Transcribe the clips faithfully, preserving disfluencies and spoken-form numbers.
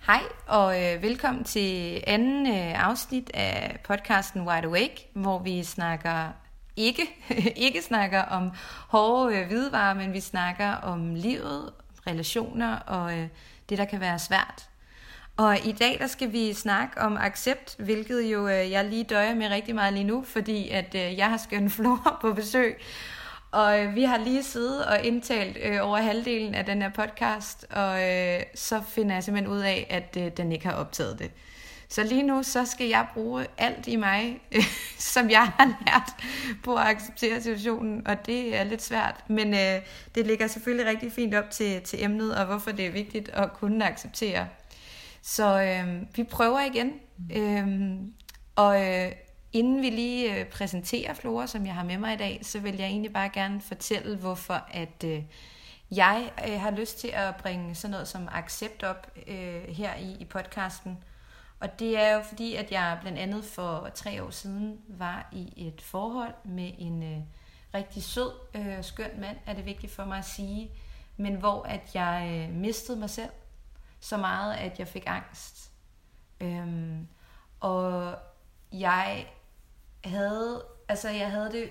Hej og øh, velkommen til anden øh, afsnit af podcasten Wide Awake, hvor vi snakker ikke, ikke snakker om hårde øh, hvidevarer, men vi snakker om livet, relationer og øh, det, der kan være svært. Og i dag der skal vi snakke om accept, hvilket jo øh, jeg lige døjer med rigtig meget lige nu, fordi at øh, jeg har skøn Flora på besøg. Og øh, vi har lige siddet og indtalt øh, over halvdelen af den her podcast, og øh, så finder jeg simpelthen ud af, at øh, den ikke har optaget det. Så lige nu, så skal jeg bruge alt i mig, øh, som jeg har lært på at acceptere situationen, og det er lidt svært. Men øh, det ligger selvfølgelig rigtig fint op til, til emnet, og hvorfor det er vigtigt at kunne acceptere. Så øh, vi prøver igen, øh, og øh, inden vi lige øh, præsenterer Flora, som jeg har med mig i dag, så vil jeg egentlig bare gerne fortælle, hvorfor at øh, jeg øh, har lyst til at bringe sådan noget som accept op øh, her i, i podcasten. Og det er jo fordi, at jeg blandt andet for tre år siden var i et forhold med en øh, rigtig sød, øh, skøn mand, er det vigtigt for mig at sige, men hvor at jeg øh, mistede mig selv så meget, at jeg fik angst. Øhm, og jeg havde, altså jeg havde det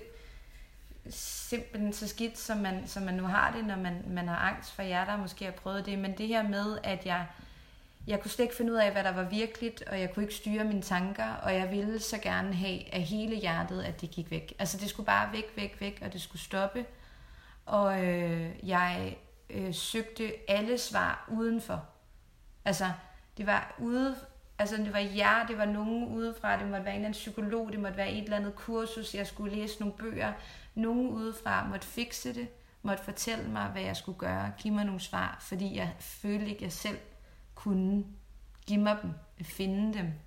simpelthen så skidt, som man, som man nu har det, når man, man har angst for jer, der måske har prøvet det. Men det her med, at jeg, jeg kunne slet ikke finde ud af, hvad der var virkeligt, og jeg kunne ikke styre mine tanker, og jeg ville så gerne have af hele hjertet, at det gik væk. Altså det skulle bare væk, væk, væk, og det skulle stoppe. Og øh, jeg øh, søgte alle svar udenfor. Altså det var ude. Altså det var jer, det var nogen udefra, det måtte være en eller anden psykolog, det måtte være et eller andet kursus, jeg skulle læse nogle bøger. Nogen udefra måtte fikse det, måtte fortælle mig, hvad jeg skulle gøre, give mig nogle svar, fordi jeg følte ikke, at jeg selv kunne give mig dem, finde dem.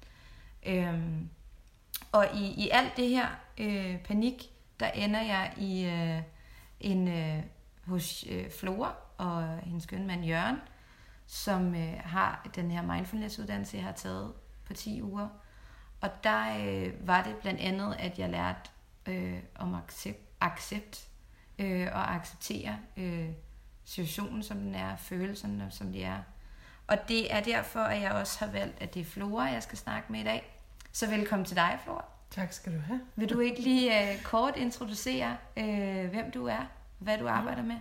Øhm, og i, i alt det her øh, panik, der ender jeg i øh, en øh, hos øh, Flora og hendes skønne mand Jørgen, som øh, har den her mindfulness-uddannelse, jeg har taget på ti uger. Og der øh, var det blandt andet, at jeg lærte øh, om accept, accept øh, og acceptere øh, situationen, som den er, følelserne, som de er. Og det er derfor, at jeg også har valgt, at det er Flora, jeg skal snakke med i dag. Så velkommen til dig, Flora. Tak skal du have. Vil du ikke lige øh, kort introducere, øh, hvem du er, hvad du arbejder med?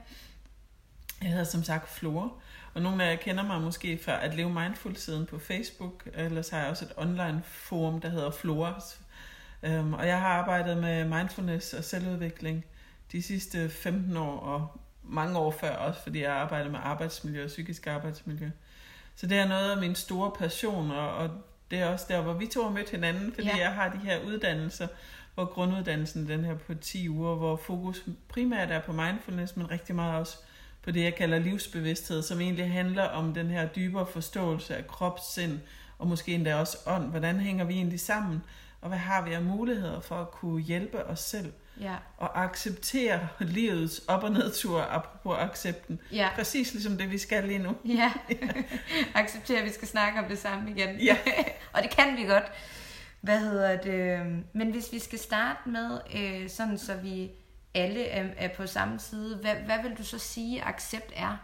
Jeg hedder som sagt Flora, og nogle af jer kender mig måske fra at leve mindful-siden på Facebook, ellers har jeg også et online forum, der hedder Flora. Um, og jeg har arbejdet med mindfulness og selvudvikling de sidste femten år, og mange år før også, fordi jeg arbejder med arbejdsmiljø og psykisk arbejdsmiljø. Så det er noget af min store passion, og, og det er også der, hvor vi to har mødt hinanden, fordi ja. Jeg har de her uddannelser, hvor grunduddannelsen den her på ti uger, hvor fokus primært er på mindfulness, men rigtig meget også på det, jeg kalder livsbevidsthed, som egentlig handler om den her dybere forståelse af krop, sind, og måske endda også ånd. Hvordan hænger vi egentlig sammen, og hvad har vi af muligheder for at kunne hjælpe os selv, ja. Og acceptere livets op- og nedtur, apropos accepten. Ja. Præcis ligesom det, vi skal lige nu. Ja, acceptere, at vi skal snakke om det samme igen. Ja. Og det kan vi godt. Hvad hedder det? Men hvis vi skal starte med, øh, sådan så vi alle er, er på samme side. Hvad, hvad vil du så sige, accept er?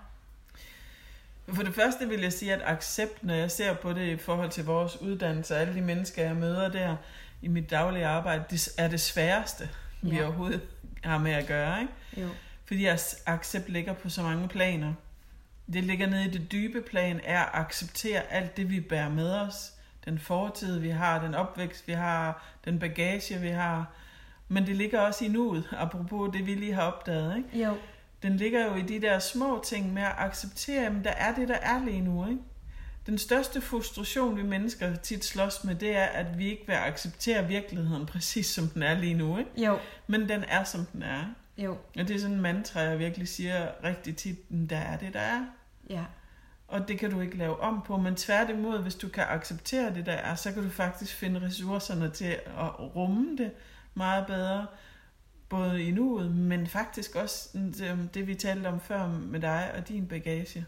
For det første vil jeg sige, at accept, når jeg ser på det i forhold til vores uddannelse, og alle de mennesker, jeg møder der i mit daglige arbejde, det er det sværeste, ja. Vi overhovedet har med at gøre. Ikke? Jo. Fordi accept ligger på så mange planer. Det ligger nede i det dybe plan, er at acceptere alt det, vi bærer med os. Den fortid, vi har, den opvækst, vi har, den bagage, vi har. Men det ligger også i nuet, apropos det, vi lige har opdaget. Ikke? Jo. Den ligger jo i de der små ting med at acceptere, at der er det, der er lige nu. Ikke? Den største frustration, vi mennesker tit slås med, det er, at vi ikke vil acceptere virkeligheden præcis, som den er lige nu. Ikke? Jo. Men den er, som den er. Jo. Og det er sådan en mantra, jeg virkelig siger rigtig tit, der er det, der er. Ja. Og det kan du ikke lave om på, men tværtimod, hvis du kan acceptere det, der er, så kan du faktisk finde ressourcerne til at rumme det meget bedre, både i nuet, men faktisk også det, vi talte om før med dig og din bagage.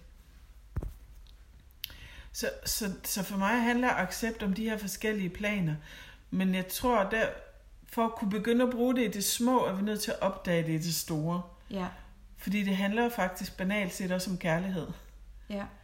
Så, så, så for mig handler accept om de her forskellige planer, men jeg tror, der for at kunne begynde at bruge det i det små, er vi nødt til at opdage det i det store. Ja. Fordi det handler faktisk banalt set også om kærlighed. Ja.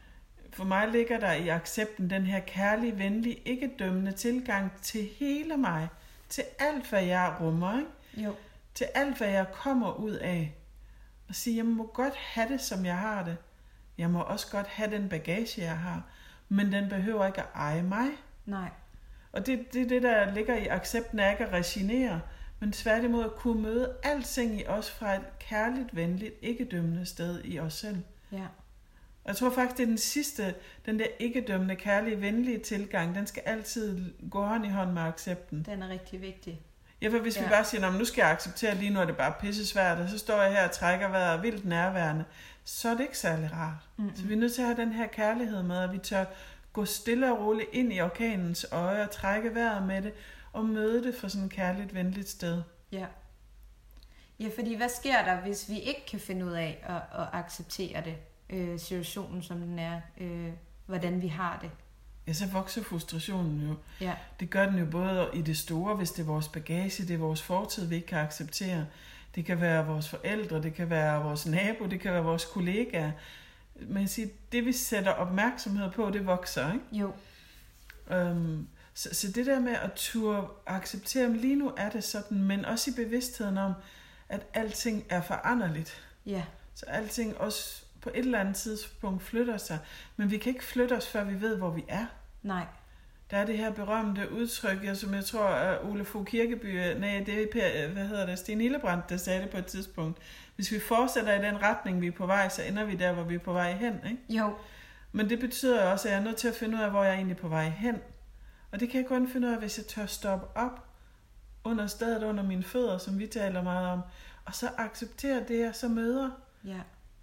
for mig ligger der i accepten den her kærlige, venlige, ikke dømmende tilgang til hele mig. Til alt, hvad jeg rummer, ikke? Jo. Til alt, hvad jeg kommer ud af. Og sige, jeg må godt have det, som jeg har det. Jeg må også godt have den bagage, jeg har. Men den behøver ikke at eje mig. Nej. Og det, det er det, der ligger i accepten af ikke at resignere, men tværtimod at kunne møde alting i os fra et kærligt, venligt, ikke-dømmende sted i os selv. Ja. Og jeg tror faktisk, det er den sidste, den der ikke-dømmende, kærlige, venlige tilgang, den skal altid gå hånd i hånd med accepten. Den er rigtig vigtig. Ja, for hvis ja. vi bare siger, nu skal jeg acceptere, lige nu er det bare pisse svært, og så står jeg her og trækker vejret vildt nærværende, så er det ikke særlig rart. Mm-hmm. Så vi er nødt til at have den her kærlighed med, at vi tør gå stille og roligt ind i orkanens øje og trække vejret med det, og møde det fra sådan et kærligt, venligt sted. Ja. Ja, fordi hvad sker der, hvis vi ikke kan finde ud af at, at acceptere det, øh, situationen som den er, øh, hvordan vi har det? Ja, så vokser frustrationen jo. Ja. Det gør den jo både i det store, hvis det er vores bagage, det er vores fortid, vi ikke kan acceptere. Det kan være vores forældre, det kan være vores nabo, det kan være vores kollegaer. Men siger, det vi sætter opmærksomhed på, det vokser, ikke? Jo. Um, så, så det der med at turde acceptere, at lige nu er det sådan, men også i bevidstheden om, at alting er foranderligt. Ja. Så alting også på et eller andet tidspunkt flytter sig. Men vi kan ikke flytte os, før vi ved, hvor vi er. Nej. Der er det her berømte udtryk, som jeg tror, at Ole Fogh Kirkeby, nej, det er Per, hvad hedder det, Sten Hildebrandt, der sagde det på et tidspunkt. Hvis vi fortsætter i den retning, vi er på vej, så ender vi der, hvor vi er på vej hen, ikke? Jo. Men det betyder også, at jeg er nødt til at finde ud af, hvor jeg er egentlig på vej hen. Og det kan jeg kun finde ud af, hvis jeg tør stoppe op under stedet under mine fødder, som vi taler meget om, og så acceptere det, jeg så møder. Ja.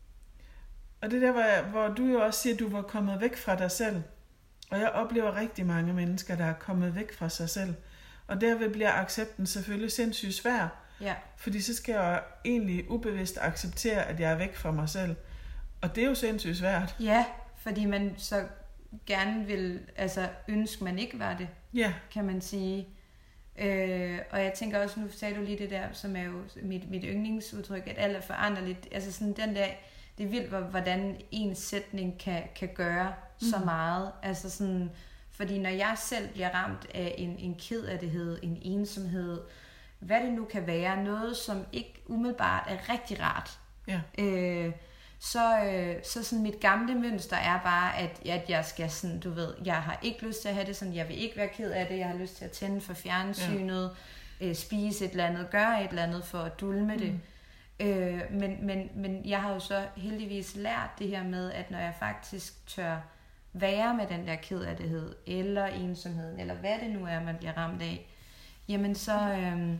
Og det der, hvor, jeg, hvor du jo også siger, at du var kommet væk fra dig selv. Og jeg oplever rigtig mange mennesker, der er kommet væk fra sig selv. Og derved bliver accepten selvfølgelig sindssygt svær. Ja. Fordi så skal jeg egentlig ubevidst acceptere, at jeg er væk fra mig selv. Og det er jo sindssygt svært. Ja, fordi man så gerne vil altså ønske, man ikke var det, ja. Kan man sige. Øh, og jeg tænker også, nu sagde du lige det der, som er jo mit, mit yndlingsudtryk, at alt er foranderligt. Altså sådan den der, det er vildt, hvordan en sætning kan, kan gøre mm. så meget. Altså sådan, fordi når jeg selv bliver ramt af en, en kedelighed, en ensomhed, hvad det nu kan være, noget som ikke umiddelbart er rigtig rart, ja. øh, så, øh, så sådan mit gamle mønster er bare, at, at jeg skal sådan, du ved, jeg har ikke lyst til at have det sådan, jeg vil ikke være ked af det, jeg har lyst til at tænde for fjernsynet, ja. øh, spise et eller andet, gøre et eller andet for at dulme mm. det. Øh, men, men, men jeg har jo så heldigvis lært det her med, at når jeg faktisk tør være med den der kedelighed, eller ensomheden, eller hvad det nu er, man bliver ramt af, jamen så, øh,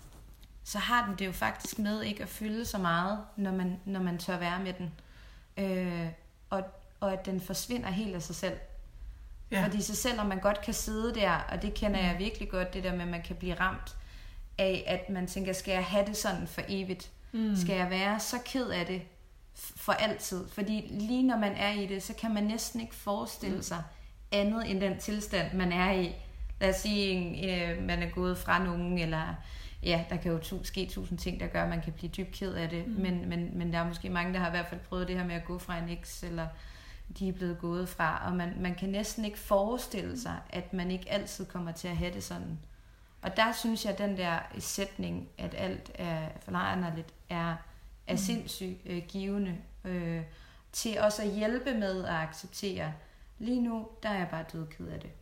så har den det jo faktisk med ikke at fylde så meget, når man, når man tør være med den. Øh, og, og at den forsvinder helt af sig selv. Ja. Fordi så selvom man godt kan sidde der, og det kender jeg virkelig godt, det der med, at man kan blive ramt af, at man tænker, skal jeg have det sådan for evigt? Mm. Skal jeg være så ked af det for altid? Fordi lige når man er i det, så kan man næsten ikke forestille sig andet end den tilstand, man er i. Lad os sige, øh, man er gået fra nogen, eller ja, der kan jo tu- ske tusind ting, der gør, at man kan blive dybt ked af det. Mm. Men, men, men der er måske mange, der har i hvert fald prøvet det her med at gå fra en eks, eller de er blevet gået fra, og man, man kan næsten ikke forestille sig, at man ikke altid kommer til at have det sådan. Og der synes jeg, at den der sætning, at alt er foranderligt, er, er mm. sindssygt øh, givende øh, til også at hjælpe med at acceptere. Lige nu, der er jeg bare dødked af det.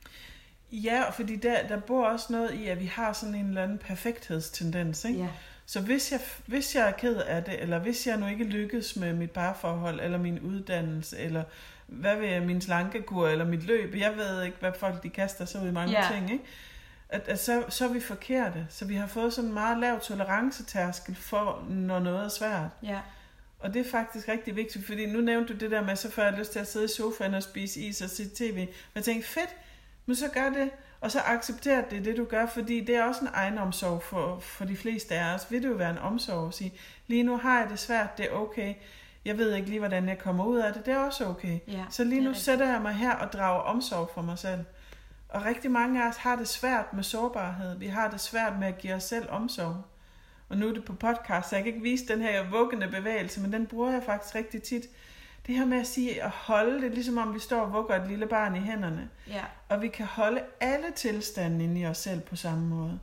Ja, fordi der, der bor også noget i, at vi har sådan en eller anden perfekthedstendens, ikke? Ja. Så hvis jeg, hvis jeg er ked af det, eller hvis jeg nu ikke lykkes med mit parforhold, eller min uddannelse, eller hvad ved jeg, min slankekur, eller mit løb, jeg ved ikke, hvad folk de kaster sig ud i mange ja. ting, ikke? At, at så, så er vi forkerte. Så vi har fået sådan en meget lav tolerancetærskel for, når noget er svært. Ja. Og det er faktisk rigtig vigtigt, fordi nu nævnte du det der med, så får jeg lyst til at sidde i sofaen og spise is og se tv. Men jeg tænkte, fedt, men så gør det, og så accepter det, det du gør, fordi det er også en egenomsorg for, for de fleste af os. Vil det jo være en omsorg at sige, lige nu har jeg det svært, det er okay. Jeg ved ikke lige, hvordan jeg kommer ud af det, det er også okay. Ja, så lige nu sætter jeg mig her og drager omsorg for mig selv. Og rigtig mange af os har det svært med sårbarhed. Vi har det svært med at give os selv omsorg. Og nu er det på podcast, så jeg kan ikke vise den her vuggende bevægelse, men den bruger jeg faktisk rigtig tit. Det her med at sige, at holde det, ligesom om vi står og vugger et lille barn i hænderne. Ja. Og vi kan holde alle tilstande inde i os selv på samme måde.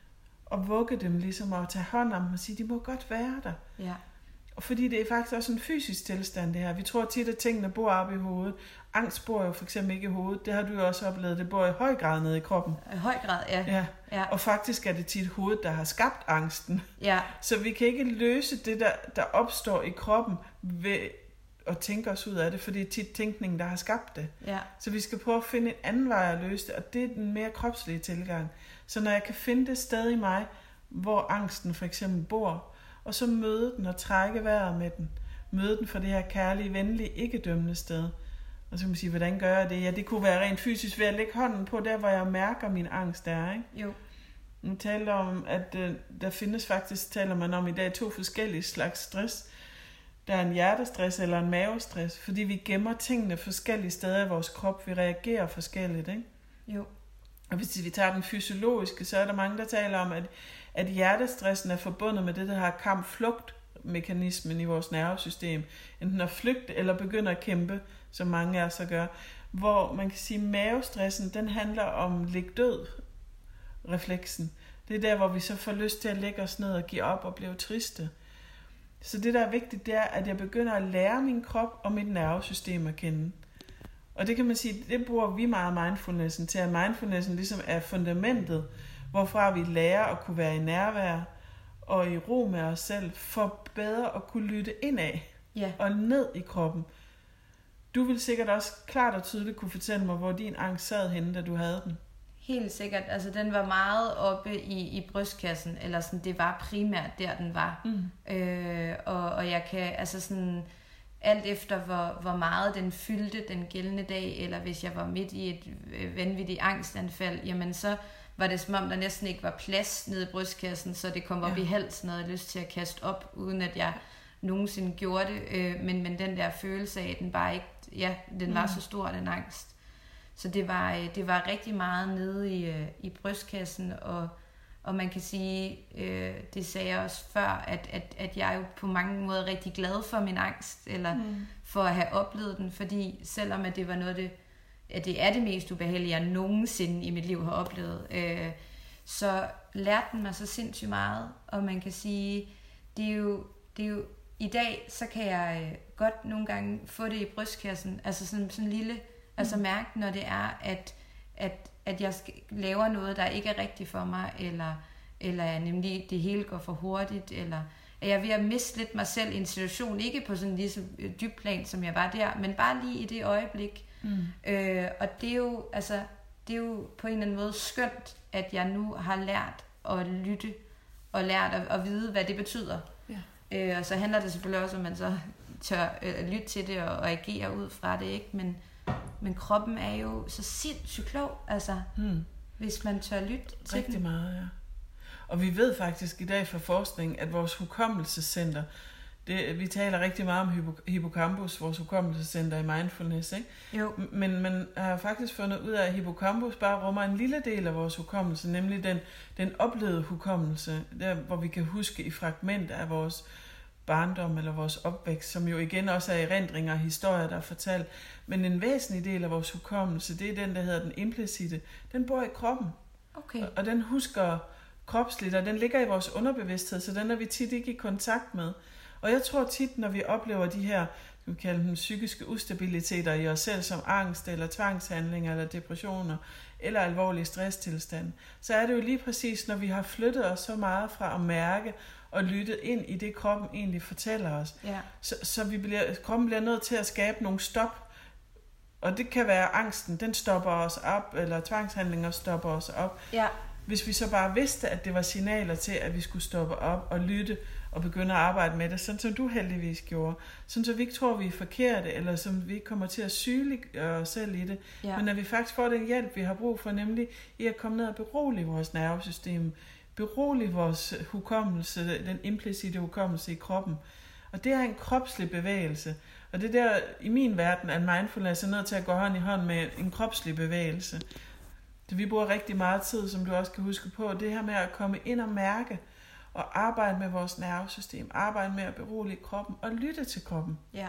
Og vugge dem ligesom, og tage hånd om dem og sige, de må godt være der. Ja. Og fordi det er faktisk også en fysisk tilstand, det her. Vi tror tit, at tingene bor oppe i hovedet. Angst bor jo for eksempel ikke i hovedet. Det har du jo også oplevet. Det bor i høj grad nede i kroppen. I høj grad, ja. Ja. Ja. Og faktisk er det tit hovedet, der har skabt angsten. Ja. Så vi kan ikke løse det, der, der opstår i kroppen ved at tænke os ud af det, for det er tit tænkningen, der har skabt det. Ja. Så vi skal prøve at finde en anden vej at løse det, og det er den mere kropslige tilgang. Så når jeg kan finde det sted i mig, hvor angsten for eksempel bor, og så møde den og trække vejret med den. Møde den for det her kærlige, venlige, ikke-dømmende sted. Og så kan man sige, hvordan gør jeg det? Ja, det kunne være rent fysisk ved at lægge hånden på der, hvor jeg mærker min angst der, ikke? Jo. Man taler om, at øh, der findes faktisk, taler man om i dag, to forskellige slags stress. Der er en hjertestress eller en mavestress, fordi vi gemmer tingene forskellige steder i vores krop. Vi reagerer forskelligt, ikke? Jo. Og hvis vi tager den fysiologiske, så er der mange, der taler om, at, at hjertestressen er forbundet med det, der har kamp-flugt-mekanismen i vores nervesystem. Enten at flygte eller begynde at kæmpe, som mange af os så gør. Hvor man kan sige, at mavestressen, den handler om læg-død-refleksen. Det er der, hvor vi så får lyst til at lægge os ned og give op og blive triste. Så det, der er vigtigt, det er, at jeg begynder at lære min krop og mit nervesystem at kende. Og det kan man sige, det bruger vi meget mindfulnessen til, at mindfulnessen ligesom er fundamentet, hvorfra vi lærer at kunne være i nærvær og i ro med os selv, for bedre at kunne lytte indad Ja. og ned i kroppen. Du vil sikkert også klart og tydeligt kunne fortælle mig, hvor din angst sad henne, da du havde den. Helt sikkert. Altså, den var meget oppe i, i brystkassen, eller sådan, det var primært der, den var. Mm. Øh, og, og jeg kan, altså sådan, alt efter hvor, hvor meget den fyldte den gældende dag, eller hvis jeg var midt i et øh, vanvittigt angstanfald, jamen så var det som om, der næsten ikke var plads nede i brystkassen, så det kom op Ja. i halsen, og jeg havde lyst til at kaste op, uden at jeg nogensinde gjorde det. Øh, men, men den der følelse af, at den bare ikke, ja, den var Mm. så stor, den angst. Så det var, øh, det var rigtig meget nede i, øh, i brystkassen, og, og man kan sige, øh, det sagde jeg også før, at, at, at jeg er jo på mange måder rigtig glad for min angst, eller Mm. for at have oplevet den, fordi selvom at det var noget, det, at det er det mest ubehagelige, jeg nogensinde i mit liv har oplevet, øh, så lærte den mig så sindssygt meget, og man kan sige, det er jo, det er jo i dag, så kan jeg øh, godt nogle gange få det i brystkassen, altså sådan, sådan en lille, altså mærke, når det er, at, at, at jeg skal, laver noget, der ikke er rigtigt for mig, eller, eller nemlig det hele går for hurtigt, eller at jeg er ved at miste lidt mig selv i en situation, ikke på sådan lige så dyb plan, som jeg var der, men bare lige i det øjeblik. Mm. Øh, og det er jo, altså, det er jo på en eller anden måde skønt, at jeg nu har lært at lytte, og lært at, at vide, hvad det betyder. Ja. Øh, og så handler det selvfølgelig også om, at man så tør øh, lytte til det og, og agere ud fra det, ikke? Men, men kroppen er jo så sindssygt klog, altså, Mm. hvis man tør lytte til Rigtig den. meget, ja. Og vi ved faktisk i dag fra forskning, at vores hukommelsescenter, det, vi taler rigtig meget om hypo, hippocampus, vores hukommelsescenter i mindfulness, ikke? Jo. Men man har faktisk fundet ud af, at hippocampus bare rummer en lille del af vores hukommelse, nemlig den, den oplevede hukommelse, der hvor vi kan huske i fragmenter af vores barndom eller vores opvækst, som jo igen også er erindringer og historier, der er fortalt. Men en væsentlig del af vores hukommelse, det er den, der hedder den implicite. Den bor i kroppen, Okay. og den husker kropsligt, og den ligger i vores underbevidsthed, så den er vi tit ikke i kontakt med. Og jeg tror tit, når vi oplever de her, skal vi kalde dem psykiske ustabiliteter i os selv, som angst eller tvangshandlinger eller depressioner eller alvorlige stresstilstand, så er det jo lige præcis, når vi har flyttet os så meget fra at mærke og lytte ind i det, kroppen egentlig fortæller os. Ja. Så, så vi bliver, kroppen bliver nødt til at skabe nogle stop. Og det kan være angsten, den stopper os op, eller tvangshandlinger stopper os op. Ja. Hvis vi så bare vidste, at det var signaler til, at vi skulle stoppe op og lytte og begynde at arbejde med det, sådan som du heldigvis gjorde. Sådan så vi ikke tror, vi er forkerte, eller som vi ikke kommer til at sygelig os selv i det. Ja. Men at vi faktisk får den hjælp, vi har brug for, nemlig i at komme ned og berolige vores nervesystem. Berolige vores hukommelse, den implicite hukommelse i kroppen. Og det er en kropslig bevægelse. Og det der, i min verden, er mindfulness er nødt til at gå hånd i hånd med en kropslig bevægelse. Det vi bruger rigtig meget tid, som du også kan huske på, det her med at komme ind og mærke, og arbejde med vores nervesystem, arbejde med at berolige kroppen, og lytte til kroppen. Ja.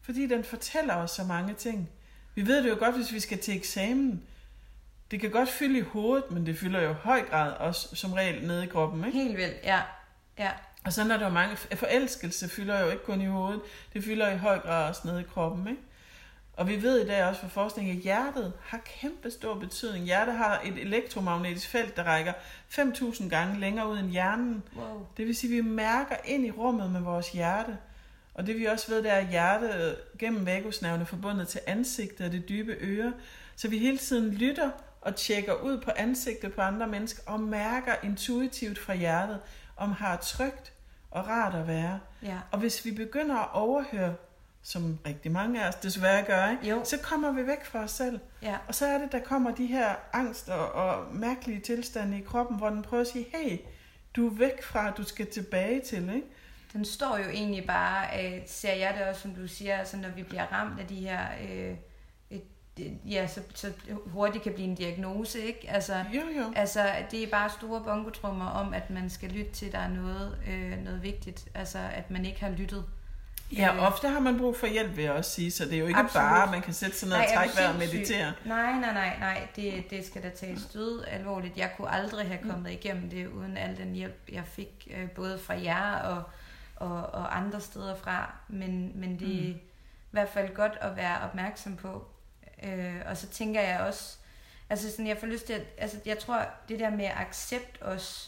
Fordi den fortæller os så mange ting. Vi ved det jo godt, hvis vi skal til eksamen. Det kan godt fylde i hovedet, men det fylder jo i høj grad også som regel nede i kroppen, ikke? Helt vildt, ja. ja. Og så når der er mange... Forelskelse fylder jo ikke kun i hovedet, det fylder i høj grad også nede i kroppen, ikke? Og vi ved i dag også fra forskning, at hjertet har kæmpe stor betydning. Hjertet har et elektromagnetisk felt, der rækker fem tusind gange længere ud end hjernen. Wow. Det vil sige, at vi mærker ind i rummet med vores hjerte. Og det vi også ved, det er, at hjertet gennem vagusnerven er forbundet til ansigtet og det dybe øre. Så vi hele tiden lytter og tjekker ud på ansigtet på andre mennesker og mærker intuitivt fra hjertet, om har trygt og rart at være. Ja. Og hvis vi begynder at overhøre, som rigtig mange af os desværre gør, ikke? Så kommer vi væk fra os selv. Ja. Og så er det, der kommer de her angst og, og mærkelige tilstande i kroppen, hvor den prøver at sige, hey, du er væk fra, du skal tilbage til, ikke? Den står jo egentlig bare, øh, ser jeg det også, som du siger, altså når vi bliver ramt af de her, øh, et, et, ja, så, så hurtigt kan blive en diagnose, ikke? Altså, jo, jo. altså det er bare store bongotrummer om, at man skal lytte til, der er noget, øh, noget vigtigt, altså at man ikke har lyttet. Ja, ofte har man brug for hjælp, vil jeg også sige, så det er jo ikke Absolut. bare, man kan sætte sig ned og trække vejret og meditere. Nej, nej, nej, nej, det, det skal da tages død alvorligt. Jeg kunne aldrig have kommet mm. igennem det, uden al den hjælp, jeg fik, øh, både fra jer og, og, og andre steder fra, men, men det er mm. i hvert fald godt at være opmærksom på. Øh, og så tænker jeg også, altså sådan, jeg får lyst til at, altså jeg tror, det der med at accept os,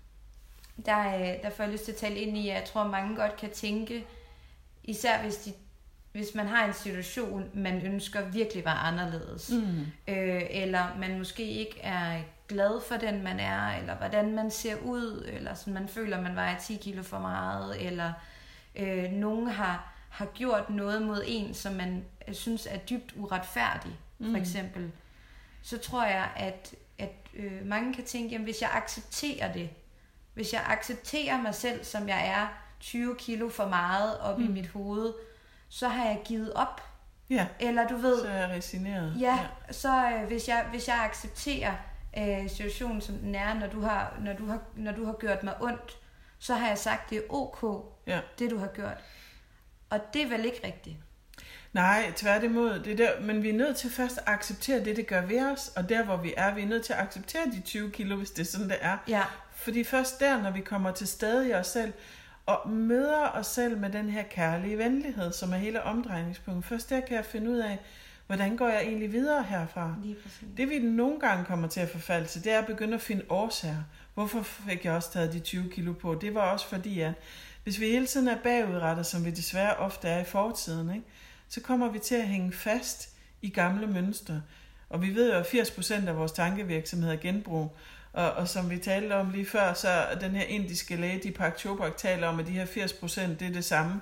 der, der får jeg lyst til at tale ind i, at jeg tror, mange godt kan tænke, især hvis, de, hvis man har en situation, man ønsker virkelig var anderledes. Mm. Øh, eller man måske ikke er glad for den, man er, eller hvordan man ser ud, eller sådan, man føler, man vejer ti kilo for meget, eller øh, nogen har, har gjort noget mod en, som man synes er dybt uretfærdig, mm. for eksempel. Så tror jeg, at, at øh, mange kan tænke, jamen hvis jeg accepterer det, hvis jeg accepterer mig selv, som jeg er, tyve kilo for meget op mm. i mit hoved, så har jeg givet op. Ja, eller du ved, så er jeg resigneret. Ja, ja. så øh, hvis, jeg, hvis jeg accepterer øh, situationen, som den er, når du, har, når, du har, når du har gjort mig ondt, så har jeg sagt, det er ok, ja. det du har gjort. Og det er vel ikke rigtigt? Nej, tværtimod. Det der, men vi er nødt til først at acceptere det, det gør ved os, og der hvor vi er, vi er nødt til at acceptere de tyve kilo, hvis det er sådan, det er. Ja. Fordi først der, når vi kommer til stede i os selv, og møder os selv med den her kærlige venlighed, som er hele omdrejningspunktet. Først der kan jeg finde ud af, hvordan går jeg egentlig videre herfra. Det vi nogle gange kommer til at forfalde til, det er at begynde at finde årsager. Hvorfor fik jeg også taget de tyve kilo på? Det var også fordi, at hvis vi hele tiden er bagudrettet, som vi desværre ofte er i fortiden, ikke, så kommer vi til at hænge fast i gamle mønstre. Og vi ved jo, at firs procent af vores tankevirksomhed er genbrug. Og, og som vi talte om lige før, så den her indiske læge, Deepak Chopra, taler om, at de her firs procent, det er det samme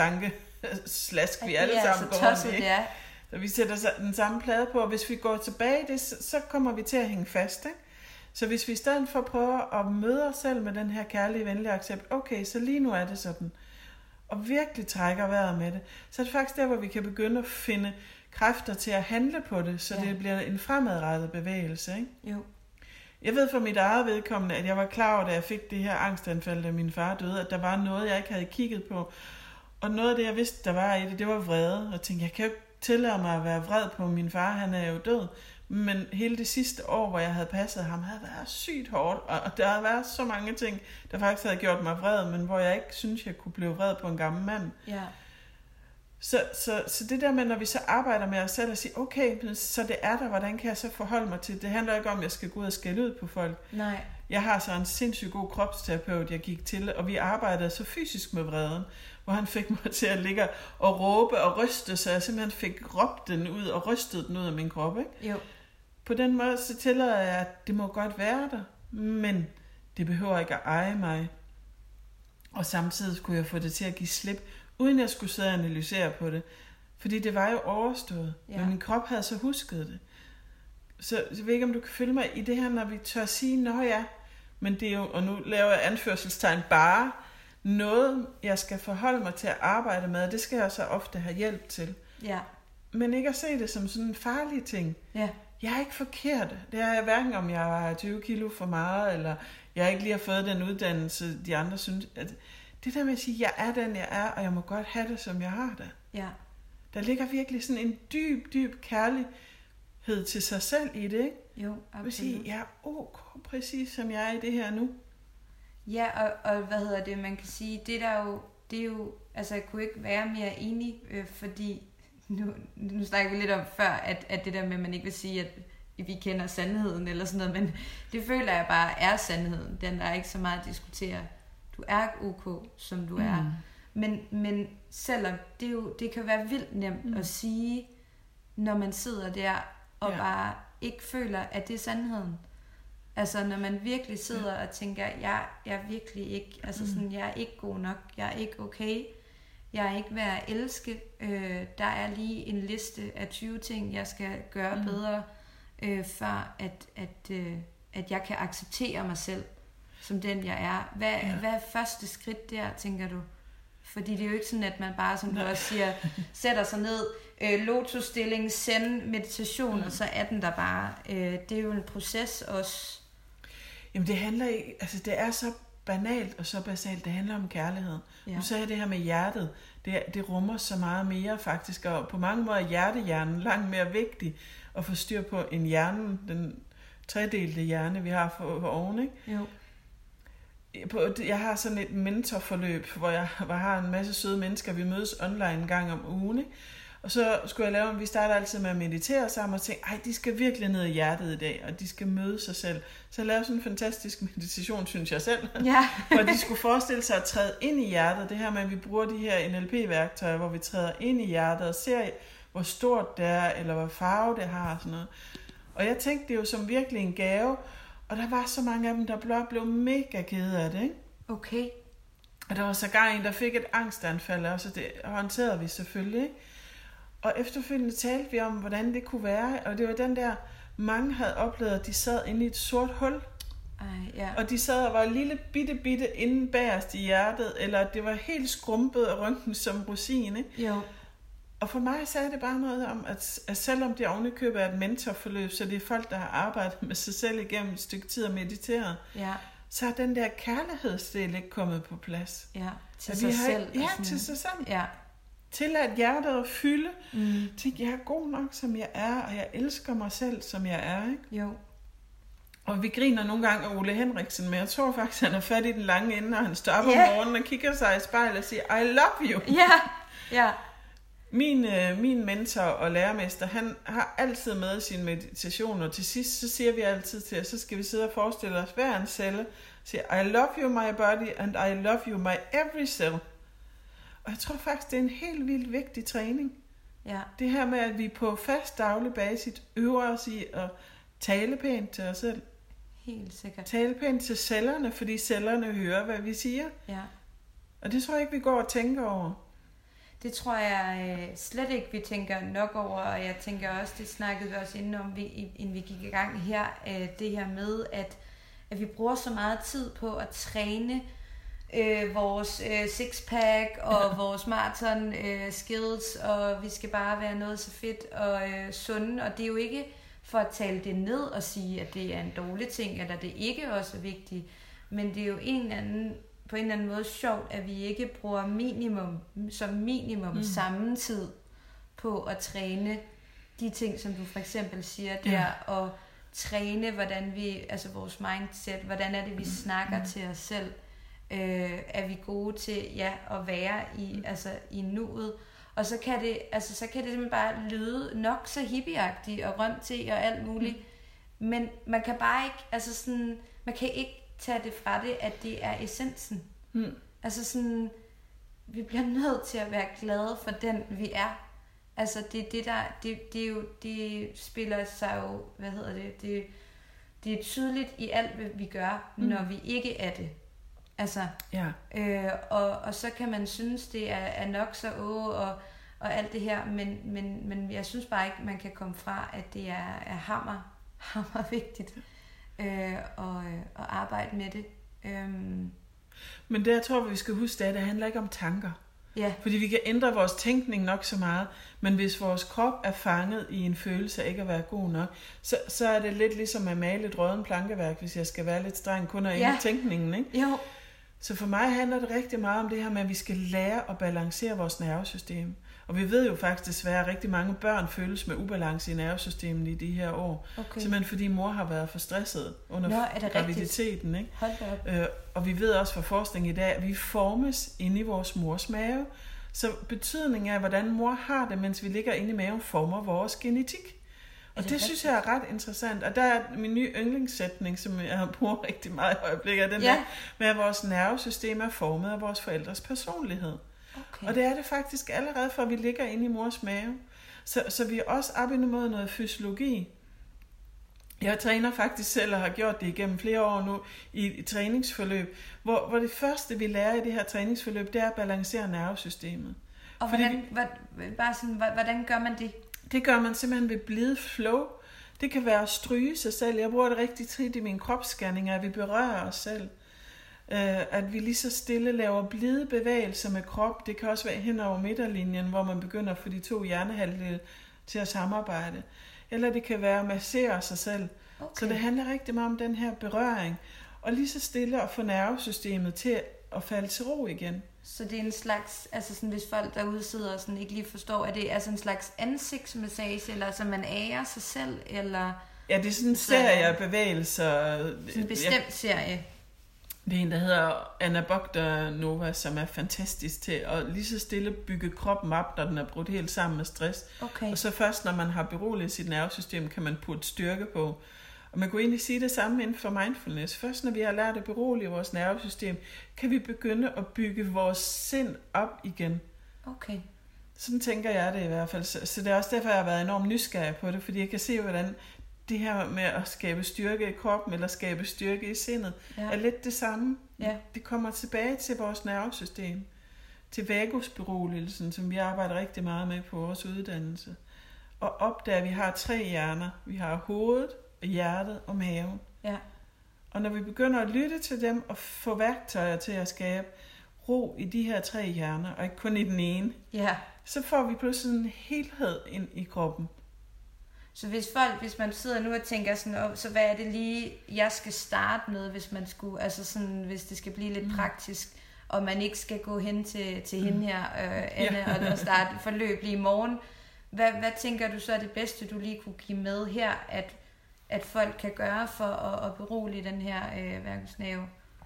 tankeslask, vi alle sammen går rundt i. Ja. Så vi sætter den samme plade på, og hvis vi går tilbage i det, så, så kommer vi til at hænge fast. Ikke? Så hvis vi i stedet for prøver at møde os selv med den her kærlige, venlige accept, okay, så lige nu er det sådan, og virkelig trækker vejret med det, så er det faktisk der, hvor vi kan begynde at finde kræfter til at handle på det, så ja. det bliver en fremadrettet bevægelse. Ikke? Jo. Jeg ved for mit eget vedkommende, at jeg var klar over, da jeg fik det her angstanfald, da min far døde, at der var noget, jeg ikke havde kigget på. Og noget af det, jeg vidste, der var i det, det var vrede. Og jeg tænkte, jeg kan jo ikke tillade mig at være vred på min far, han er jo død. Men hele det sidste år, hvor jeg havde passet ham, havde været sygt hårdt. Og der havde været så mange ting, der faktisk havde gjort mig vred, men hvor jeg ikke synes, jeg kunne blive vred på en gammel mand. Ja. Så, så, så det der med, når vi så arbejder med os selv og siger, okay, så det er der, hvordan kan jeg så forholde mig til det? Det handler ikke om, at jeg skal gå ud og skælde ud på folk. Nej. Jeg har så en sindssygt god kropsterapeut, jeg gik til, og vi arbejdede så fysisk med vreden, hvor han fik mig til at ligge og råbe og ryste, så jeg simpelthen fik råbt den ud og rystet den ud af min krop. Ikke? Jo. På den måde så tillader jeg, at det må godt være der, men det behøver ikke at eje mig. Og samtidig skulle jeg få det til at give slip, uden jeg skulle sidde og analysere på det. Fordi det var jo overstået. Ja. Men min krop havde så husket det. Så jeg ved ikke, om du kan følge mig i det her, når vi tør sige, nå ja, men det er jo, og nu laver jeg anførselstegn, bare noget, jeg skal forholde mig til at arbejde med, og det skal jeg så ofte have hjælp til. Ja. Men ikke at se det som sådan en farlig ting. Ja. Jeg er ikke forkert. Det er jeg hverken, om jeg har tyve kilo for meget, eller jeg ikke lige har fået den uddannelse, de andre synes, at det der med at sige, jeg er den, jeg er, og jeg må godt have det, som jeg har det. Ja. Der ligger virkelig sådan en dyb, dyb kærlighed til sig selv i det, ikke? Jo, absolut. Sige, jeg er ok, præcis som jeg er i det her nu. Ja, og, og hvad hedder det, man kan sige, det der jo, det er jo, altså jeg kunne ikke være mere enig, øh, fordi nu, nu snakker vi lidt om før, at, at det der med, at man ikke vil sige, at vi kender sandheden eller sådan noget, men det føler jeg bare er sandheden. Den der er ikke så meget at diskutere. Du er ok, som du mm. er. Men, men selvom det, jo, det kan være vildt nemt mm. at sige, når man sidder der og ja. bare ikke føler, at det er sandheden. Altså når man virkelig sidder ja. og tænker, jeg, jeg er virkelig ikke, altså mm. sådan, jeg er ikke god nok, jeg er ikke okay, jeg er ikke værd at elske, øh, der er lige en liste af tyve ting, jeg skal gøre mm. bedre, øh, for at, at, øh, at jeg kan acceptere mig selv, som den jeg er. Hvad, ja. hvad er første skridt der, tænker du? Fordi det er jo ikke sådan, at man bare, som Nej. du også siger, sætter sig ned, øh, lotusstilling, send meditation, mm. og så er den der bare. Øh, det er jo en proces også. Jamen det handler ikke, altså det er så banalt og så basalt, det handler om kærlighed. Ja. Nu sagde jeg det her med hjertet, det, det rummer så meget mere faktisk, og på mange måder er hjertehjernen langt mere vigtig at få styr på end hjernen, den tredelte hjerne, vi har for, for oven, ikke? Jo. Jeg har sådan et mentorforløb, hvor jeg, hvor jeg har en masse søde mennesker, vi mødes online en gang om ugen, ikke? Og så skulle jeg lave, vi starter altid med at meditere sammen og tænke, ej, de skal virkelig ned i hjertet i dag, og de skal møde sig selv. Så jeg lavede sådan en fantastisk meditation, synes jeg selv, ja. hvor de skulle forestille sig at træde ind i hjertet. Det her med, at vi bruger de her N L P-værktøjer, hvor vi træder ind i hjertet og ser, hvor stort det er, eller hvor farve det har og sådan noget. Og jeg tænkte det jo som virkelig en gave, og der var så mange af dem, der blev, blev mega kede af det, ikke? Okay. Og der var sågar en, der fik et angstanfald, og så det håndterede vi selvfølgelig, ikke? Og efterfølgende talte vi om, hvordan det kunne være, og det var den der, mange havde oplevet, at de sad inde i et sort hul. Ej, ja. Og de sad og var lille bitte bitte inde bagerst i hjertet, eller at det var helt skrumpet og rynken som rosin, ikke? Jo. Og for mig sagde det bare noget om, at, at selvom det ovenikøbet er et mentorforløb, så det er folk, der har arbejdet med sig selv igennem et stykke tid og mediteret, ja. så er den der kærlighedsdel ikke kommet på plads. Ja, til at sig har, selv. Ja, til sig selv. Ja. Til at hjertet at fylde. Mm. Tænk, jeg er god nok, som jeg er, og jeg elsker mig selv, som jeg er, ikke? Jo. Og vi griner nogle gange af Ole Henriksen, men jeg tror faktisk, han er fat i den lange ende, når han står op yeah. om morgenen og kigger sig i spejlet og siger, I love you. Ja, yeah. ja. Yeah. Min, øh, min mentor og lærermester, han har altid med sin meditation, og til sidst, så siger vi altid til os, så skal vi sidde og forestille os hver en celle, siger, I love you my body, and I love you my every cell. Og jeg tror faktisk, det er en helt vildt vigtig træning. Ja. Det her med, at vi på fast daglig basis øver os i at tale pænt til os selv. Helt sikkert. Tale pænt til cellerne, fordi cellerne hører, hvad vi siger. Ja. Og det tror jeg ikke, vi går og tænker over. Det tror jeg øh, slet ikke, vi tænker nok over, og jeg tænker også, det snakkede vi også inden om, vi, inden vi gik i gang her, øh, det her med, at, at vi bruger så meget tid på at træne øh, vores øh, sixpack og ja. vores maraton øh, skills, og vi skal bare være noget så fedt og øh, sunde, og det er jo ikke for at tale det ned og sige, at det er en dårlig ting, eller det ikke også er vigtigt, men det er jo en eller anden på en eller anden måde sjovt, at vi ikke bruger minimum, som minimum mm. samme tid på at træne de ting, som du for eksempel siger der, ja. og træne, hvordan vi, altså vores mindset, hvordan er det, vi snakker mm. til os selv, øh, er vi gode til, ja, at være i, mm. altså i nuet, og så kan det, altså så kan det simpelthen bare lyde nok så hippieagtigt og grønt til og alt muligt, mm. men man kan bare ikke, altså sådan, man kan ikke tage det fra det, at det er essensen. Mm. Altså sådan, vi bliver nødt til at være glade for den, vi er. Altså det det der, det, det er jo, det spiller sig jo, hvad hedder det, det, det er tydeligt i alt, hvad vi gør, mm. når vi ikke er det. Altså, ja. øh, og, og så kan man synes, det er, er nok så åh, og, og alt det her, men, men, men jeg synes bare ikke, man kan komme fra, at det er, er hammer, hammer vigtigt. Øh, og, og arbejde med det. Øhm. Men det jeg tror, vi skal huske, det er, at det handler ikke om tanker. Ja. Fordi vi kan ændre vores tænkning nok så meget, men hvis vores krop er fanget i en følelse af ikke at være god nok, så, så er det lidt ligesom at male et rødden plankeværk, hvis jeg skal være lidt streng, kun af ja. tænkningen, ikke? Jo. Så for mig handler det rigtig meget om det her med, at vi skal lære at balancere vores nervesystem. Og vi ved jo faktisk desværre, at rigtig mange børn føles med ubalance i nervesystemet i de her år. Okay. Simpelthen fordi mor har været for stresset under Nå, graviditeten. Ikke? Hold da op. Øh, og vi ved også fra forskning i dag, at vi formes inde i vores mors mave. Så betydningen af, hvordan mor har det, mens vi ligger inde i maven, former vores genetik. Og det, det synes jeg er ret interessant. Og der er min nye yndlingssætning, som jeg bruger rigtig meget i øjeblikket, den ja. der med, at vores nervesystem er formet af vores forældres personlighed. Okay. Og det er det faktisk allerede, for vi ligger inde i mors mave. Så, så vi er også op imod noget fysiologi. Jeg træner faktisk selv og har gjort det igennem flere år nu i et træningsforløb, hvor, hvor det første, vi lærer i det her træningsforløb, det er at balancere nervesystemet. Og hvordan, vi, bare sådan, hvordan gør man det? Det gør man simpelthen ved blide flow. Det kan være at stryge sig selv. Jeg bruger det rigtig tit i mine kropsscanninger, at vi berører os selv. At vi lige så stille laver blide bevægelser med krop. Det kan også være hen over midterlinjen, hvor man begynder at få de to hjernehalvdele til at samarbejde. Eller det kan være at massere sig selv. Okay. Så det handler rigtig meget om den her berøring. Og lige så stille at få nervesystemet til at falde til ro igen. Så det er en slags, altså sådan, hvis folk derude sidder og sådan ikke lige forstår, at det er sådan en slags ansigtsmassage, eller så man ærer sig selv, eller... Ja, det er sådan en serie af bevægelser. Sådan en bestemt ja. serie. Det er en, der hedder Anna Bogdanova, som er fantastisk til at lige så stille bygge kroppen op, når den er brudt helt sammen med stress. Okay. Og så først, når man har beroliget sit nervesystem, kan man putte styrke på. Og man kunne egentlig sige det samme inden for mindfulness. Først når vi har lært at berolige vores nervesystem, kan vi begynde at bygge vores sind op igen. Okay. Sådan tænker jeg det i hvert fald. Så, så det er også derfor, jeg har været enormt nysgerrig på det, fordi jeg kan se, hvordan det her med at skabe styrke i kroppen, eller skabe styrke i sindet, ja. er lidt det samme. Ja. Det kommer tilbage til vores nervesystem. Til vagusberoligelsen, som vi arbejder rigtig meget med på vores uddannelse. Og opdager, at vi har tre hjerner. Vi har hovedet, hjertet og maven. Ja. Og når vi begynder at lytte til dem og få værktøjer til at skabe ro i de her tre hjerner, og ikke kun i den ene, ja. så får vi pludselig en helhed ind i kroppen. Så hvis folk, hvis man sidder nu og tænker sådan, så hvad er det lige, jeg skal starte med, hvis man skulle, altså sådan, hvis det skal blive lidt mm. praktisk, og man ikke skal gå hen til, til mm. hende her, øh, Anne, ja. og starte forløb lige i morgen. Hvad, hvad tænker du så er det bedste, du lige kunne give med her, at at folk kan gøre for at, at berolige den her øh, vagusnerve?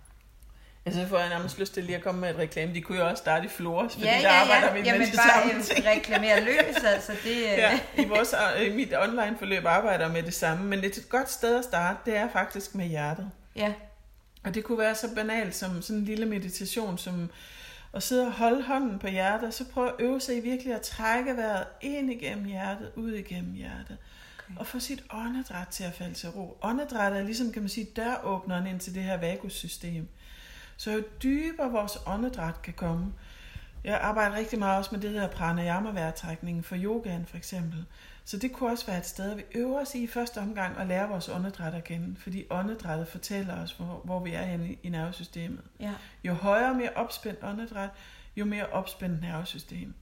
Altså får jeg nærmest lyst til lige at komme med et reklame. De kunne jo også starte i Flores, fordi ja, der ja, arbejder ja. vi Jamen, med det bare samme ting. reklamere løs, altså det... Øh... Ja, i, vores, i mit online forløb arbejder med det samme, men et godt sted at starte, det er faktisk med hjertet. Ja. Og det kunne være så banalt som sådan en lille meditation, som at sidde og holde hånden på hjertet, og så prøve at øve sig i virkelig at trække vejret ind igennem hjertet, ud igennem hjertet. Og få sit åndedræt til at falde til ro. Åndedræt er ligesom, kan man sige, døråbneren ind til det her vagussystem. Så jo dybere vores åndedræt kan komme. Jeg arbejder rigtig meget også med det her pranayama-vejrtrækningen for yogaen for eksempel. Så det kunne også være et sted, vi øver os i første omgang at lære vores åndedræt at kende. Fordi åndedrættet fortæller os, hvor, hvor vi er henne i, i nervesystemet. Ja. Jo højere og mere opspændt åndedræt, jo mere opspændt nervesystem.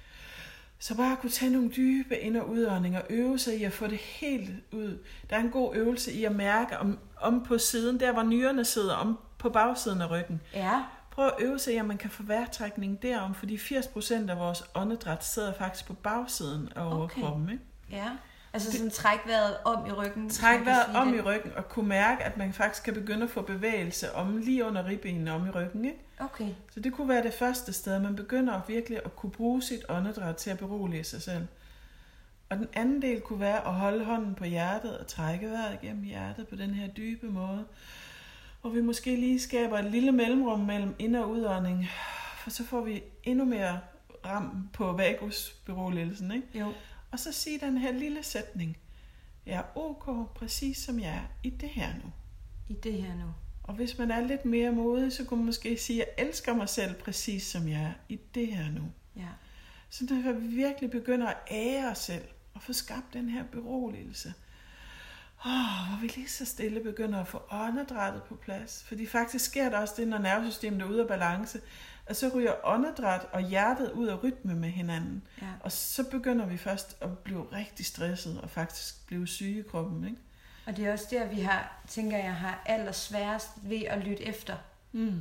Så bare kunne tage nogle dybe ind- og udåndinger og øve sig i at få det helt ud. Der er en god øvelse i at mærke om, om på siden, der hvor nyrerne sidder, om på bagsiden af ryggen. Ja. Prøv at øve sig i, at man kan få vejrtrækning derom, fordi firs procent af vores åndedræt sidder faktisk på bagsiden af overkroppen. Ikke? Ja, altså sådan træk vejret om i ryggen. Træk vejret om det. i ryggen og kunne mærke, at man faktisk kan begynde at få bevægelse om lige under ribbenene om i ryggen. Ikke? Okay. Så det kunne være det første sted, man begynder virkelig at kunne bruge sit åndedræt til at berolige sig selv. Og den anden del kunne være at holde hånden på hjertet og trække vejret igennem hjertet på den her dybe måde. Og vi måske lige skaber et lille mellemrum mellem ind- og udånding, for så får vi endnu mere ram på vagusberoligelsen, ikke? Jo. Og så sige den her lille sætning. Jeg er ok, præcis som jeg er i det her nu. I det her nu. Og hvis man er lidt mere modig, så kunne man måske sige, at jeg elsker mig selv præcis som jeg er i det her nu. Ja. Så derfor vi virkelig begynder at ære os selv og få skabt den her beroligelse. Oh, hvor vi lige så stille begynder at få åndedrættet på plads. Fordi faktisk sker der også det, når nervesystemet er ude af balance, at så ryger åndedræt og hjertet ud af rytme med hinanden. Ja. Og så begynder vi først at blive rigtig stresset og faktisk blive syge i kroppen, ikke? Og det er også der, vi har, tænker jeg, har allersværest ved at lytte efter. Mm.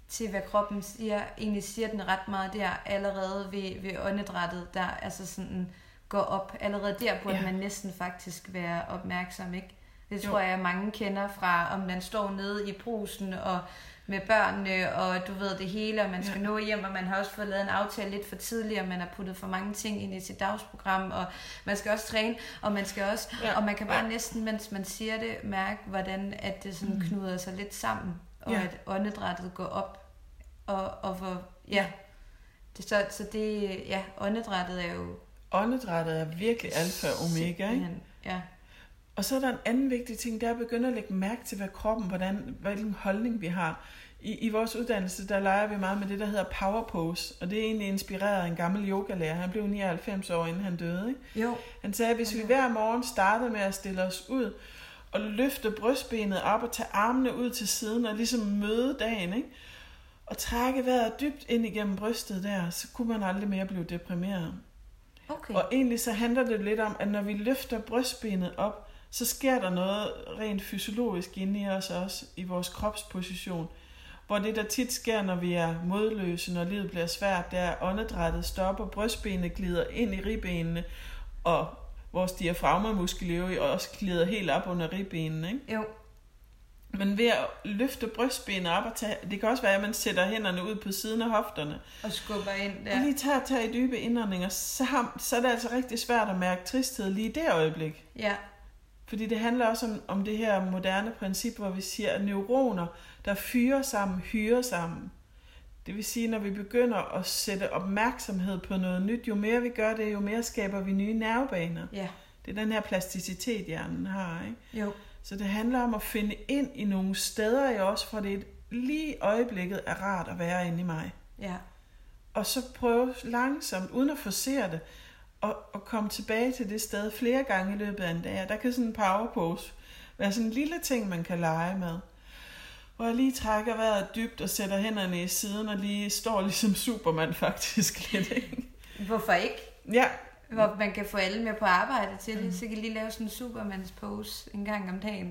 til hvad kroppen siger. Egentlig siger den ret meget der, allerede ved, ved åndedrættet, der altså sådan går op. Allerede der burde ja. man næsten faktisk være opmærksom, ikke? Det tror jo. jeg, mange kender fra, om man står nede i brusen og med børnene, og du ved det hele, og man skal ja. nå hjem, og man har også fået lavet en aftale lidt for tidligt, og man har puttet for mange ting ind i sit dagsprogram, og man skal også træne, og man skal også, ja. og man kan bare ja. næsten, mens man siger det, mærke, hvordan at det sådan knuder sig lidt sammen, og ja. at åndedrættet går op, og, og hvor, ja, det, så, så det, ja, åndedrættet er jo... Åndedrættet er virkelig alfa og omega, ikke? Ja. Og så er der en anden vigtig ting, der er at begynde at lægge mærke til, hvad kroppen, hvordan, hvilken holdning vi har. I, I vores uddannelse, der leger vi meget med det, der hedder power pose, og det er egentlig inspireret af en gammel yogalærer. Han blev nioghalvfems år, inden han døde, ikke? Jo. Han sagde, at hvis okay. vi hver morgen startede med at stille os ud, og løfte brystbenet op og tage armene ud til siden, og ligesom møde dagen, ikke? Og trække vejret dybt ind igennem brystet der, så kunne man aldrig mere blive deprimeret. Okay. Og egentlig så handler det lidt om, at når vi løfter brystbenet op, så sker der noget rent fysiologisk inde i os også, i vores kropsposition. Hvor det der tit sker, når vi er modløse, når livet bliver svært, det er, at åndedrættet stopper, brystbenet glider ind i ribbenene, og vores diafragmamuskel også glider helt op under ribbenene, ikke? Jo. Men ved at løfte brystbenet op og tage, det kan også være, at man sætter hænderne ud på siden af hofterne. Og skubber ind der. Og lige tager, tager i dybe indåndinger, så, har, så er det altså rigtig svært at mærke tristhed lige i det øjeblik. Ja. Fordi det handler også om, om det her moderne princip, hvor vi siger, at neuroner, der fyrer sammen, hyrer sammen. Det vil sige, når vi begynder at sætte opmærksomhed på noget nyt, jo mere vi gør det, jo mere skaber vi nye nervebaner. Ja. Det er den her plasticitet, hjernen har, ikke? Jo. Så det handler om at finde ind i nogle steder i os, for det lige i øjeblikket er rart at være inde i mig. Ja. Og så prøve langsomt, uden at forcere det, og, og komme tilbage til det sted flere gange i løbet af en dag. Der kan sådan en power pose være sådan en lille ting, man kan lege med. Hvor jeg lige trækker vejret dybt og sætter hænderne i siden, og lige står ligesom Superman faktisk lidt, ikke? Hvorfor ikke? Ja. Hvor man kan få alle med på arbejde til det, mm. så kan lige lave sådan en Supermans pose en gang om dagen.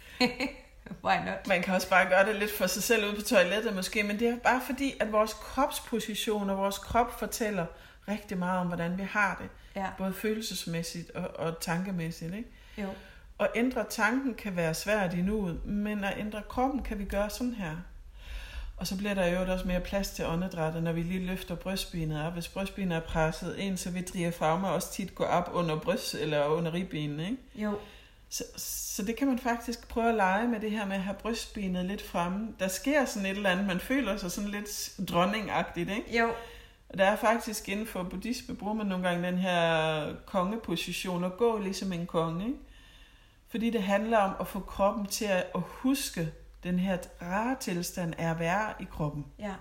Why not? Man kan også bare gøre det lidt for sig selv ude på toilettet måske, men det er bare fordi, at vores kropsposition og vores krop fortæller rigtig meget om, hvordan vi har det. Ja. Både følelsesmæssigt og, og tankemæssigt, ikke? Jo. At ændre tanken kan være svært i nuet, men at ændre kroppen kan vi gøre sådan her. Og så bliver der jo også mere plads til åndedrættet, når vi lige løfter brystbenet op. Hvis brystbenet er presset ind, så vil diafragma også tit gå op under bryst eller under ribbenene, ikke? Jo. Så, så det kan man faktisk prøve at lege med det her med at have brystbenet lidt fremme. Der sker sådan et eller andet, man føler sig sådan lidt dronningagtigt, ikke? Jo. Der er faktisk inden for buddhisme, bruger man nogle gange den her kongeposition, og gå ligesom en konge, ikke? Fordi det handler om at få kroppen til at huske den her rare tilstand er at være i kroppen. Ja.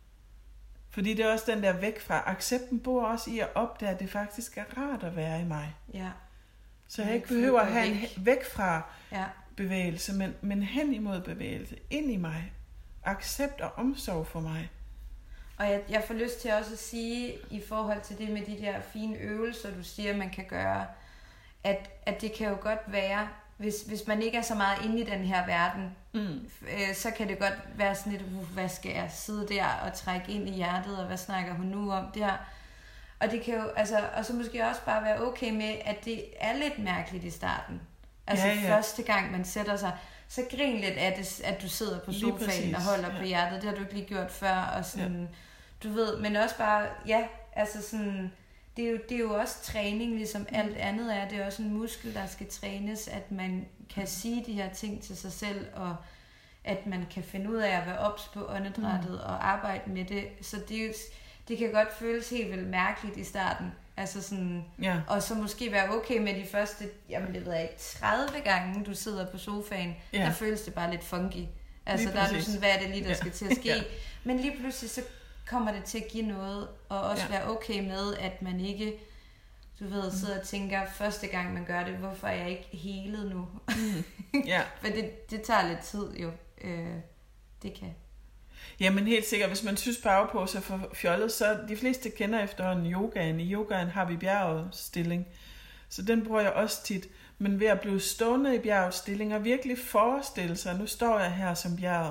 Fordi det er også den der væk fra. Accepten bor også i at opdage, at det faktisk er rart at være i mig. Ja. Så jeg ikke behøver at have en væk fra ja. bevægelse, men, men hen imod bevægelse. Ind i mig. Accept og omsorg for mig. Og jeg, jeg får lyst til også at sige, i forhold til det med de der fine øvelser, du siger, man kan gøre, at, at det kan jo godt være, hvis, hvis man ikke er så meget inde i den her verden, mm. øh, så kan det godt være sådan lidt, uh, hvad skal jeg sidde der og trække ind i hjertet, og hvad snakker hun nu om der? Og det kan jo, altså, og så måske også bare være okay med, at det er lidt mærkeligt i starten. Altså ja, ja. Første gang man sætter sig, så grin lidt af det, at du sidder på sofaen og holder ja. på hjertet. Det har du ikke lige gjort før, og sådan, ja. du ved, men også bare, ja, altså sådan, det er jo, det er jo også træning, ligesom alt andet er. Det er også en muskel, der skal trænes, at man kan sige de her ting til sig selv, og at man kan finde ud af at være ops på åndedrættet mm. og arbejde med det. Så det, det kan godt føles helt vildt mærkeligt i starten. Altså sådan, ja. Og så måske være okay med de første, jamen det ved jeg ikke, tredive gange du sidder på sofaen, ja. Der føles det bare lidt funky. Altså lige der præcis. Er du sådan, hvad er det lige, der ja. Skal til at ske? Ja. Men lige pludselig så kommer det til at give noget, og også ja. Være okay med, at man ikke, du ved, sidder og tænker, første gang man gør det, hvorfor er jeg ikke helet nu? Mm. Ja. For det, det tager lidt tid jo. Øh, det kan. Jamen helt sikkert, hvis man synes bagpose er for fjollet, så de fleste kender efterhånden yogaen. I yogaen har vi bjergsstilling, så den bruger jeg også tit. Men ved at blive stående i bjergsstilling og virkelig forestille sig, nu står jeg her som bjerget. Det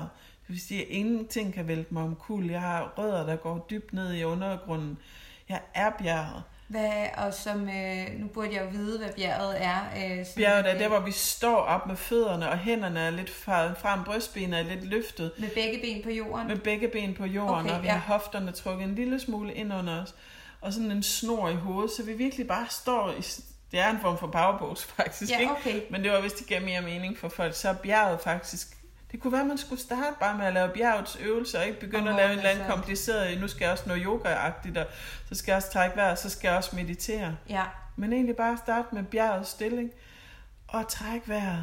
Det vil sige, at ingenting kan vælte mig omkuld. Jeg har rødder, der går dybt ned i undergrunden. Jeg er bjerget. Hvad, og som, øh, nu burde jeg jo vide, hvad bjerget er. Øh, bjerget er der, hvor vi står op med fødderne, og hænderne er lidt frem, brystbenene er lidt løftet. Med begge ben på jorden? Med begge ben på jorden, okay, og vi ja. har hofterne trukket en lille smule ind under os. Og sådan en snor i hovedet, så vi virkelig bare står i... Det er en form for powerpose, faktisk, ja, okay. ikke? Men det var, hvis det gav mere mening for folk, så er bjerget faktisk... Det kunne være, at man skulle starte bare med at lave bjergets øvelser, og ikke begynde oh, at lave en eller anden kompliceret... Nu skal jeg også noget yoga-agtigt, og så skal jeg også trække vejret, så skal jeg også meditere. Ja. Men egentlig bare starte med bjergets stilling, og trække vejret.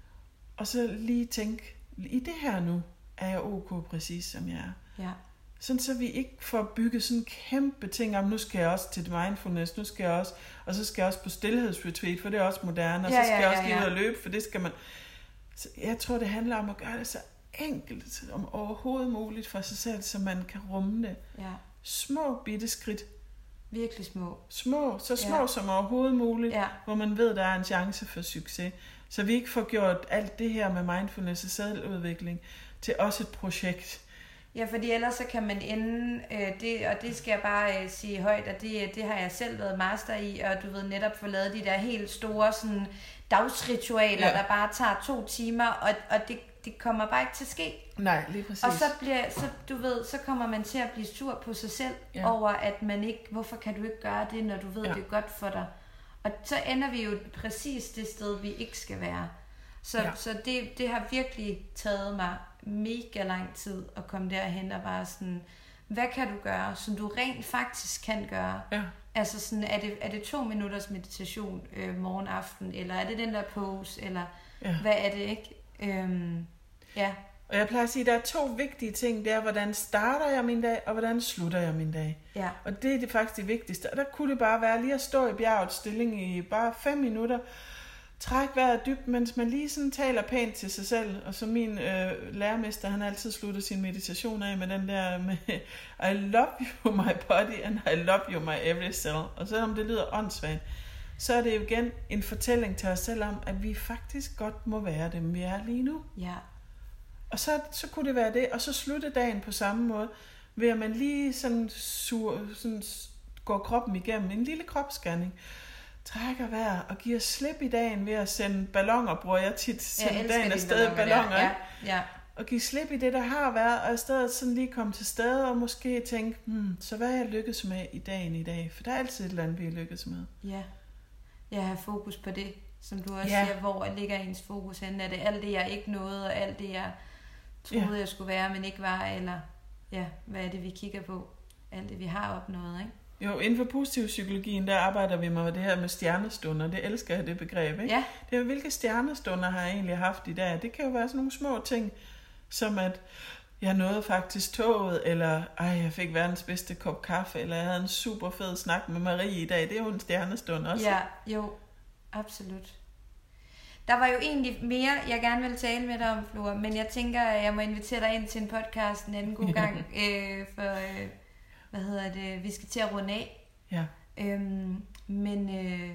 Og så lige tænke, i det her nu, er jeg ok præcis, som jeg er. Ja. Sådan så vi ikke får bygget sådan en kæmpe ting om, nu skal jeg også til mindfulness, nu skal jeg også, og så skal jeg også på stillhedsretreat, for det er også moderne, og ja, så skal ja, ja, jeg også lige ud og løbe, for det skal man... Så jeg tror, det handler om at gøre det så enkelt, om overhovedet muligt for sig selv, så man kan rumme det. Ja. Små bitte skridt. Virkelig små. Små, så små ja. som overhovedet muligt, ja. hvor man ved, der er en chance for succes. Så vi ikke får gjort alt det her med mindfulness og selvudvikling til også et projekt. Ja, fordi ellers så kan man ende, øh, det, og det skal jeg bare øh, sige højt, at det, det har jeg selv været master i, og du ved netop få lavet de der helt store sådan, dagsritualer, ja. der bare tager to timer, og, og det, det kommer bare ikke til at ske. Nej, lige præcis. Og så, bliver, så, du ved, så kommer man til at blive sur på sig selv, ja. over at man ikke, hvorfor kan du ikke gøre det, når du ved, ja. det er godt for dig. Og så ender vi jo præcis det sted, vi ikke skal være. Så, ja. så det, det har virkelig taget mig mega lang tid at komme derhen og bare sådan, hvad kan du gøre, som du rent faktisk kan gøre? Ja. Altså sådan, er det, er det to minutters meditation øh, morgen, aften, eller er det den der pose, eller ja. hvad er det, ikke? Øhm, ja. Og jeg plejer at sige, at der er to vigtige ting, det er, hvordan starter jeg min dag, og hvordan slutter jeg min dag. Ja. Og det er det faktisk det vigtigste. Og der kunne det bare være lige at stå i bjergets stilling i bare fem minutter, træk vejret dybt, mens man lige sådan taler pænt til sig selv. Og så min øh, lærermester, han altid slutter sin meditation af med den der med, I love you my body, and I love you my every cell. Og selvom det lyder åndssvagt, så er det jo igen en fortælling til os selv om, at vi faktisk godt må være dem, vi er lige nu. Ja. Og så, så kunne det være det, og så slutte dagen på samme måde, ved at man lige sådan, sur, sådan går kroppen igennem en lille kropsscanning, trækker vejret og giver slip i dagen ved at sende balloner, bruger jeg tit, sende dagen afsted i balloner, ja, ja. og give slip i det, der har været, og i stedet sådan lige komme til stede og måske tænke, hmm, så hvad er jeg lykkes med i dagen i dag? For der er altid et eller andet, vi er lykkes med. Ja, jeg har fokus på det, som du også ja. siger, hvor ligger ens fokus henne? Er det alt det, jeg ikke nåede, og alt det, jeg troede, ja. jeg skulle være, men ikke var, eller ja, hvad er det, vi kigger på? Alt det, vi har opnået, ikke? Jo, inden for positiv psykologien, der arbejder vi med det her med stjernestunder. Det elsker jeg, det begreb, ikke? Ja. Det er, hvilke stjernestunder har jeg egentlig haft i dag? Det kan jo være sådan nogle små ting, som at jeg nåede faktisk toget, eller ej, jeg fik verdens bedste kop kaffe, eller jeg havde en super fed snak med Marie i dag. Det er jo en stjernestund også. Ja, jo, absolut. Der var jo egentlig mere, jeg gerne ville tale med dig om, Flora, men jeg tænker, at jeg må invitere dig ind til en podcast en anden god gang, øh, for... Øh, hvad hedder det, vi skal til at runde af. Ja. Øhm, men øh,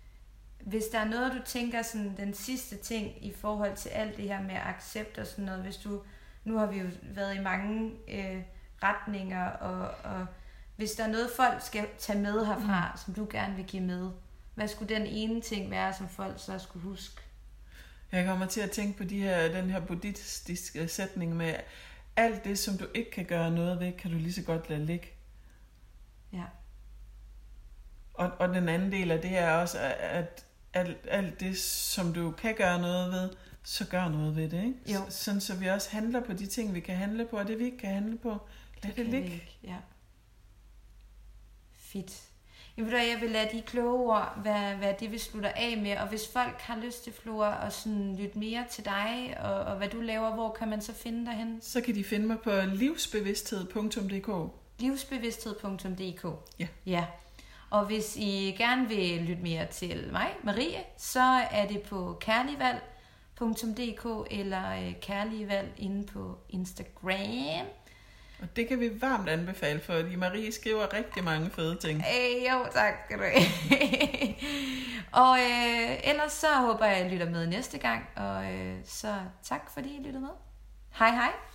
hvis der er noget, du tænker sådan den sidste ting i forhold til alt det her med accept og sådan noget, hvis du, nu har vi jo været i mange øh, retninger, og, og hvis der er noget, folk skal tage med herfra, mm. som du gerne vil give med, hvad skulle den ene ting være, som folk så skulle huske? Jeg kommer til at tænke på de her, den her buddhistiske sætning med, alt det, som du ikke kan gøre noget ved, kan du lige så godt lade ligge. Ja. Og, og den anden del af det er også, at alt, alt det, som du kan gøre noget ved, så gør noget ved det, ikke? Jo. Sådan, så vi også handler på de ting, vi kan handle på, og det, vi ikke kan handle på, lad det, det ligge. Ja. Fedt. Jamen, jeg vil lade de kloge ord være, være det, vi slutter af med, og hvis folk har lyst til, Flora, og sådan lytte mere til dig, og, og hvad du laver, hvor kan man så finde dig hen? Så kan de finde mig på livsbevidsthed punktum d k. livsbevidsthed punktum d k. Ja. Ja. Og hvis I gerne vil lytte mere til mig, Marie, så er det på kærligvalg punktum d k eller kærligvalg inde på Instagram. Og det kan vi varmt anbefale, fordi Marie skriver rigtig mange fede ting. Øh, jo, tak skal du have. Og øh, ellers så håber jeg, at I lytter med næste gang. Og øh, så tak fordi I lyttede med. Hej hej.